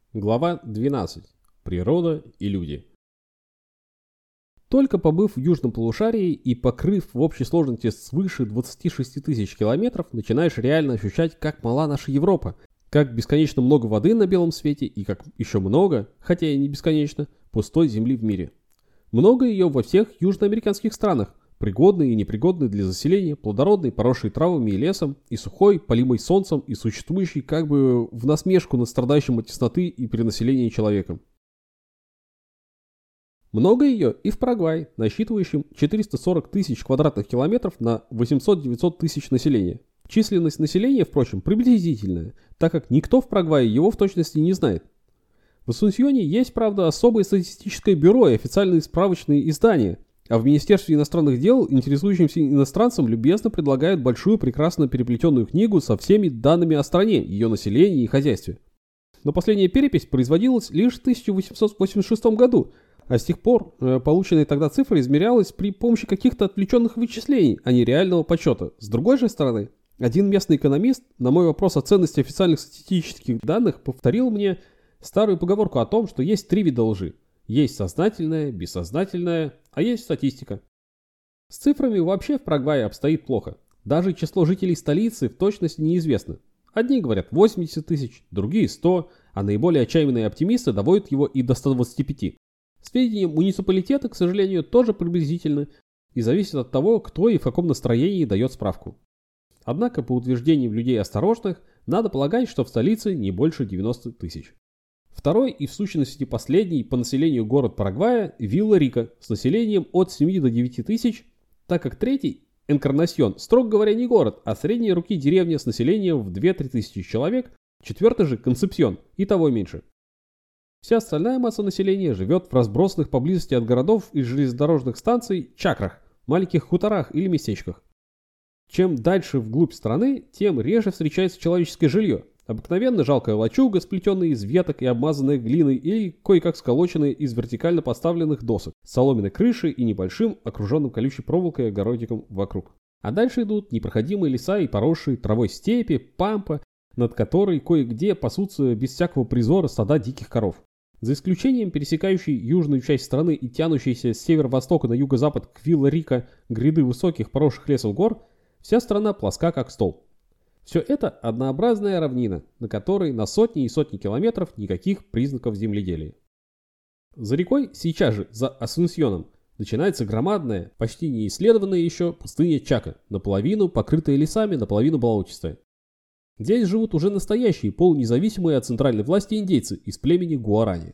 Глава 12. Природа и люди. Только побыв в южном полушарии и покрыв в общей сложности свыше 26 тысяч километров, начинаешь реально ощущать, как мала наша Европа, как бесконечно много воды на белом свете и как еще много, хотя и не бесконечно, пустой земли в мире. Много ее во всех южноамериканских странах, пригодной и непригодной для заселения, плодородной, поросшей травами и лесом, и сухой, полимой солнцем и существующей как бы в насмешку над страдающим от тесноты и перенаселения человеком. Много ее и в Парагвае, насчитывающем 440 тысяч квадратных километров на 800-900 тысяч населения. Численность населения, впрочем, приблизительная, так как никто в Парагвае его в точности не знает. В Асунсьоне есть, правда, особое статистическое бюро и официальные справочные издания, а в Министерстве иностранных дел интересующимся иностранцам любезно предлагают большую прекрасно переплетенную книгу со всеми данными о стране, ее населении и хозяйстве. Но последняя перепись производилась лишь в 1886 году, а с тех пор полученная тогда цифра измерялась при помощи каких-то отвлеченных вычислений, а не реального подсчета. С другой же стороны, один местный экономист на мой вопрос о ценности официальных статистических данных повторил мне старую поговорку о том, что есть три вида лжи. Есть сознательная, бессознательная, а есть статистика. С цифрами вообще в Парагвае обстоит плохо. Даже число жителей столицы в точности неизвестно. Одни говорят 80 тысяч, другие 100, а наиболее отчаянные оптимисты доводят его и до 125. Сведения муниципалитета, к сожалению, тоже приблизительны и зависят от того, кто и в каком настроении дает справку. Однако, по утверждениям людей осторожных, надо полагать, что в столице не больше 90 тысяч. Второй и в сущности последний по населению город Парагвая – Вилла-Рика с населением от 7 до 9 тысяч, так как третий – Энкарнасьон, строго говоря, не город, а средней руки деревня с населением в 2-3 тысячи человек, четвертый же – Концепсьон, и того меньше. Вся остальная масса населения живет в разбросанных поблизости от городов и железнодорожных станций чакрах, маленьких хуторах или местечках. Чем дальше вглубь страны, тем реже встречается человеческое жилье. Обыкновенно жалкая лачуга, сплетенная из веток и обмазанная глиной или кое-как сколоченная из вертикально поставленных досок, с соломенной крышей и небольшим, окруженным колючей проволокой огородиком вокруг. А дальше идут непроходимые леса и поросшие травой степи, пампа, над которой кое-где пасутся без всякого призора стада диких коров. За исключением пересекающей южную часть страны и тянущейся с северо-востока на юго-запад к Вилла-Рика гряды высоких поросших лесом гор, вся страна плоска как стол. Все это однообразная равнина, на которой на сотни и сотни километров никаких признаков земледелия. За рекой, сейчас же, за Асунсьоном, начинается громадная, почти неисследованная еще пустыня Чака, наполовину покрытая лесами, наполовину болотистая. Здесь живут уже настоящие, полунезависимые от центральной власти индейцы из племени Гуарани.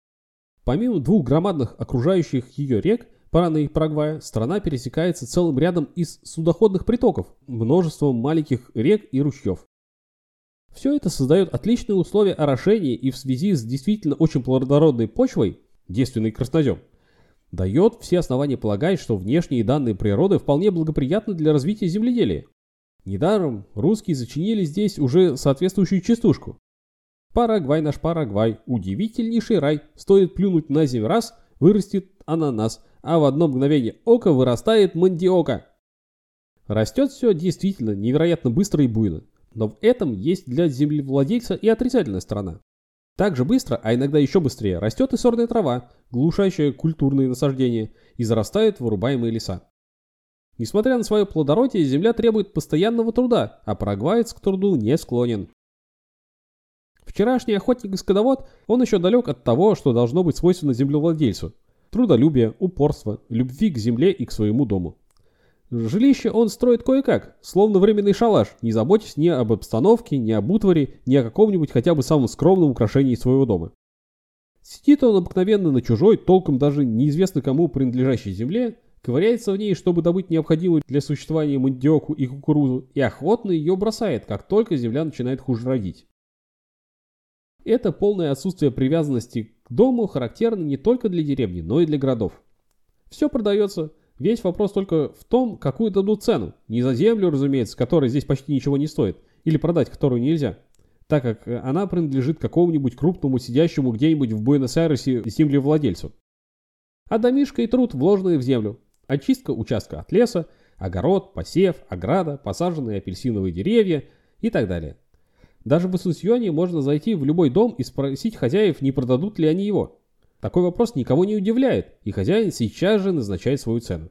Помимо двух громадных окружающих ее рек, Парана и Парагвая, страна пересекается целым рядом из судоходных притоков, множеством маленьких рек и ручьев. Все это создает отличные условия орошения и в связи с действительно очень плодородной почвой, девственный краснозем, дает все основания полагать, что внешние данные природы вполне благоприятны для развития земледелия. Недаром русские зачинили здесь уже соответствующую частушку. Парагвай наш Парагвай, удивительнейший рай, стоит плюнуть на землю раз, вырастет ананас, а в одно мгновение ока вырастает мандиока. Растет все действительно невероятно быстро и буйно, но в этом есть для землевладельца и отрицательная сторона. Так же быстро, а иногда еще быстрее, растет и сорная трава, глушащая культурные насаждения, и зарастают вырубаемые леса. Несмотря на свое плодородие, земля требует постоянного труда, а парагваец к труду не склонен. Вчерашний охотник и скотовод, он еще далек от того, что должно быть свойственно землевладельцу. Трудолюбие, упорство, любви к земле и к своему дому. Жилище он строит кое-как, словно временный шалаш, не заботясь ни об обстановке, ни об утвари, ни о каком-нибудь хотя бы самом скромном украшении своего дома. Сидит он обыкновенно на чужой, толком даже неизвестно кому принадлежащей земле, ковыряется в ней, чтобы добыть необходимую для существования мандиоку и кукурузу, и охотно ее бросает, как только земля начинает хуже родить. Это полное отсутствие привязанности к дому характерно не только для деревни, но и для городов. Все продается, весь вопрос только в том, какую дадут цену. Не за землю, разумеется, которая здесь почти ничего не стоит, или продать которую нельзя, так как она принадлежит какому-нибудь крупному сидящему где-нибудь в Буэнос-Айресе землевладельцу. А домишко и труд, вложенные в землю. Очистка участка от леса, огород, посев, ограда, посаженные апельсиновые деревья и так далее. Даже в Асунсьоне можно зайти в любой дом и спросить хозяев, не продадут ли они его. Такой вопрос никого не удивляет, и хозяин сейчас же назначает свою цену.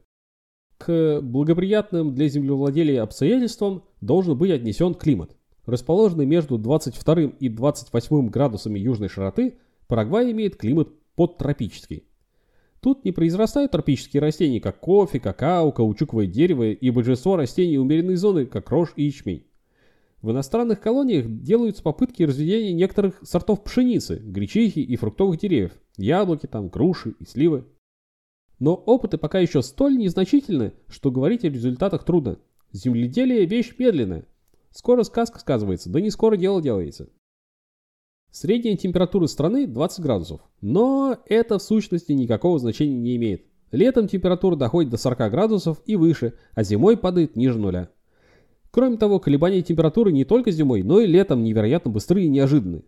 К благоприятным для землевладелия обстоятельствам должен быть отнесен климат. Расположенный между 22 и 28 градусами южной широты, Парагвай имеет климат подтропический. Тут не произрастают тропические растения, как кофе, какао, каучуковое дерево и большинство растений умеренной зоны, как рожь и ячмень. В иностранных колониях делаются попытки разведения некоторых сортов пшеницы, гречихи и фруктовых деревьев, яблоки, груши и сливы. Но опыты пока еще столь незначительны, что говорить о результатах трудно. Земледелие – вещь медленная. Скоро сказка сказывается, да не скоро дело делается. Средняя температура страны 20 градусов, но это в сущности никакого значения не имеет. Летом температура доходит до 40 градусов и выше, а зимой падает ниже нуля. Кроме того, колебания температуры не только зимой, но и летом невероятно быстрые и неожиданные.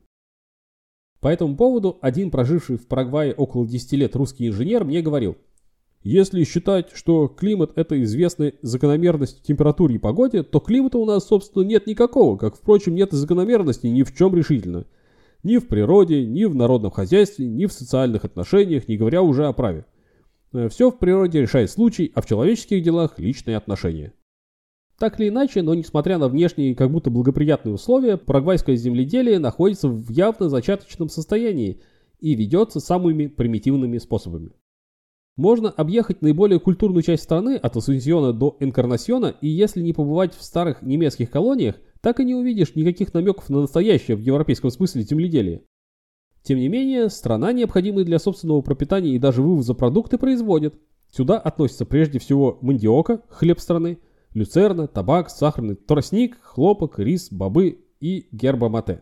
По этому поводу один проживший в Парагвае около 10 лет русский инженер мне говорил: если считать, что климат – это известная закономерность в температуре и погоде, то климата у нас, собственно, нет никакого, как, впрочем, нет и закономерности ни в чем решительно. Ни в природе, ни в народном хозяйстве, ни в социальных отношениях, не говоря уже о праве. Все в природе решает случай, а в человеческих делах – личные отношения. Так или иначе, но несмотря на внешние как будто благоприятные условия, парагвайское земледелие находится в явно зачаточном состоянии и ведется самыми примитивными способами. Можно объехать наиболее культурную часть страны от Асунсьона до Энкарнасьона, и если не побывать в старых немецких колониях, так и не увидишь никаких намеков на настоящее в европейском смысле земледелие. Тем не менее, страна, необходимые для собственного пропитания и даже вывоза продукты, производит. Сюда относятся прежде всего мандиока, хлеб страны, люцерна, табак, сахарный тростник, хлопок, рис, бобы и герба-мате.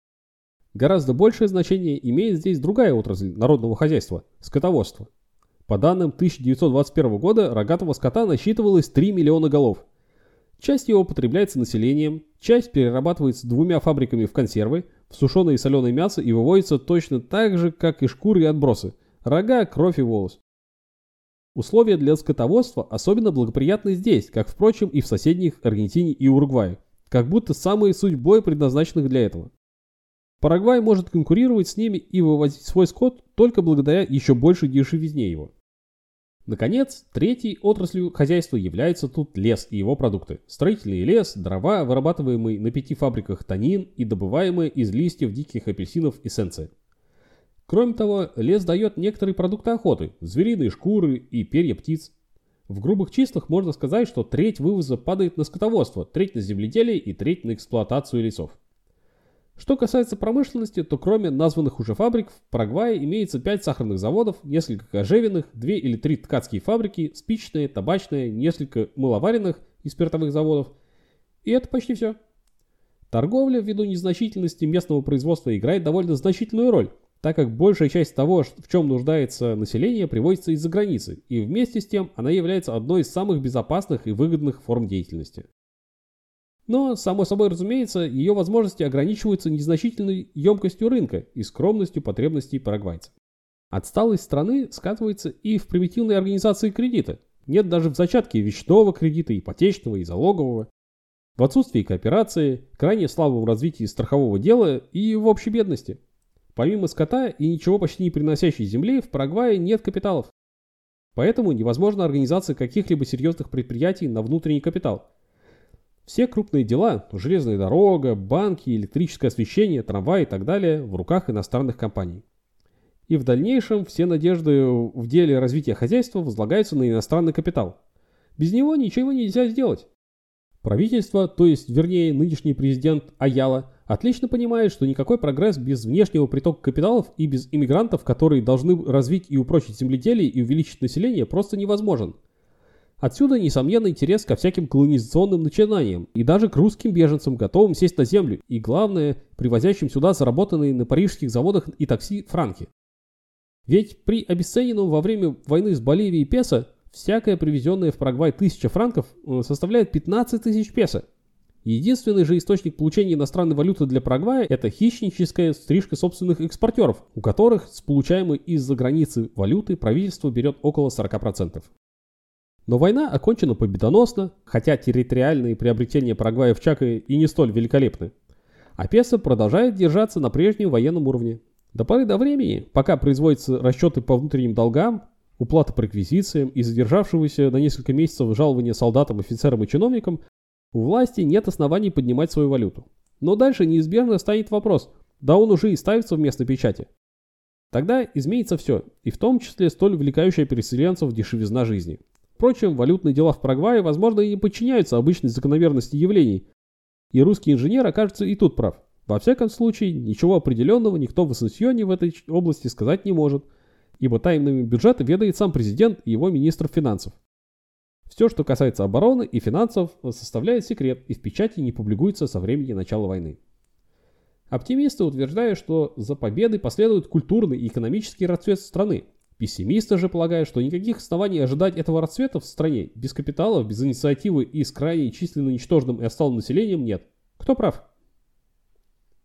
Гораздо большее значение имеет здесь другая отрасль народного хозяйства – скотоводство. По данным 1921 года рогатого скота насчитывалось 3 миллиона голов. Часть его потребляется населением, часть перерабатывается двумя фабриками в консервы, в сушеное и соленое мясо и выводится точно так же, как и шкуры и отбросы – рога, кровь и волос. Условия для скотоводства особенно благоприятны здесь, как, впрочем, и в соседних Аргентине и Уругвае, как будто самые судьбой предназначенных для этого. Парагвай может конкурировать с ними и вывозить свой скот только благодаря еще большей дешевизне его. Наконец, третьей отраслью хозяйства является тут лес и его продукты. Строительный лес, дрова, вырабатываемый на 5 фабриках танин и добываемые из листьев диких апельсинов эссенция. Кроме того, лес дает некоторые продукты охоты – звериные шкуры и перья птиц. В грубых числах можно сказать, что треть вывоза падает на скотоводство, треть на земледелие и треть на эксплуатацию лесов. Что касается промышленности, то кроме названных уже фабрик, в Парагвае имеется 5 сахарных заводов, несколько кожевенных, 2 или 3 ткацкие фабрики, спичные, табачные, несколько мыловаренных и спиртовых заводов. И это почти все. Торговля, ввиду незначительности местного производства, играет довольно значительную роль, так как большая часть того, в чем нуждается население, привозится из-за границы, и вместе с тем она является одной из самых безопасных и выгодных форм деятельности. Но, само собой разумеется, ее возможности ограничиваются незначительной емкостью рынка и скромностью потребностей парагвайцев. Отсталость страны сказывается и в примитивной организации кредита. Нет даже в зачатке вечного кредита, ипотечного и залогового. В отсутствии кооперации, крайне слабом развитии страхового дела и в общей бедности. Помимо скота и ничего почти не приносящей земли, в Парагвае нет капиталов. Поэтому невозможна организация каких-либо серьезных предприятий на внутренний капитал. Все крупные дела, железная дорога, банки, электрическое освещение, трамваи и так далее, в руках иностранных компаний. И в дальнейшем все надежды в деле развития хозяйства возлагаются на иностранный капитал. Без него ничего нельзя сделать. Правительство, то есть, вернее, нынешний президент Аяла, отлично понимает, что никакой прогресс без внешнего притока капиталов и без иммигрантов, которые должны развить и упрочить земледелие и увеличить население, просто невозможен. Отсюда, несомненно, интерес ко всяким колонизационным начинаниям и даже к русским беженцам, готовым сесть на землю, и, главное, привозящим сюда заработанные на парижских заводах и такси франки. Ведь при обесцененном во время войны с Боливией песо, всякая привезенная в Парагвай 1000 франков составляет 15 тысяч песо. Единственный же источник получения иностранной валюты для Парагвая – это хищническая стрижка собственных экспортеров, у которых с получаемой из-за границы валюты правительство берет около 40%. Но война окончена победоносно, хотя территориальные приобретения Парагвая в Чако и не столь великолепны. а песо продолжает держаться на прежнем военном уровне. До поры до времени, пока производятся расчеты по внутренним долгам, уплата по реквизициям и задержавшегося на несколько месяцев жалования солдатам, офицерам и чиновникам, у власти нет оснований поднимать свою валюту. Но дальше неизбежно станет вопрос, да он уже и ставится вместо печати. Тогда изменится все, и в том числе столь увлекающая переселенцев дешевизна жизни. Впрочем, валютные дела в Парагвае, возможно, и не подчиняются обычной закономерности явлений, и русский инженер окажется и тут прав. Во всяком случае, ничего определенного никто в Асунсьоне в этой области сказать не может, ибо тайнами бюджета ведает сам президент и его министр финансов. Все, что касается обороны и финансов, составляет секрет и в печати не публикуется со времени начала войны. Оптимисты утверждают, что за победой последует культурный и экономический расцвет страны. Пессимисты же полагают, что никаких оснований ожидать этого расцвета в стране без капиталов, без инициативы и с крайне численно ничтожным и отсталым населением нет. Кто прав?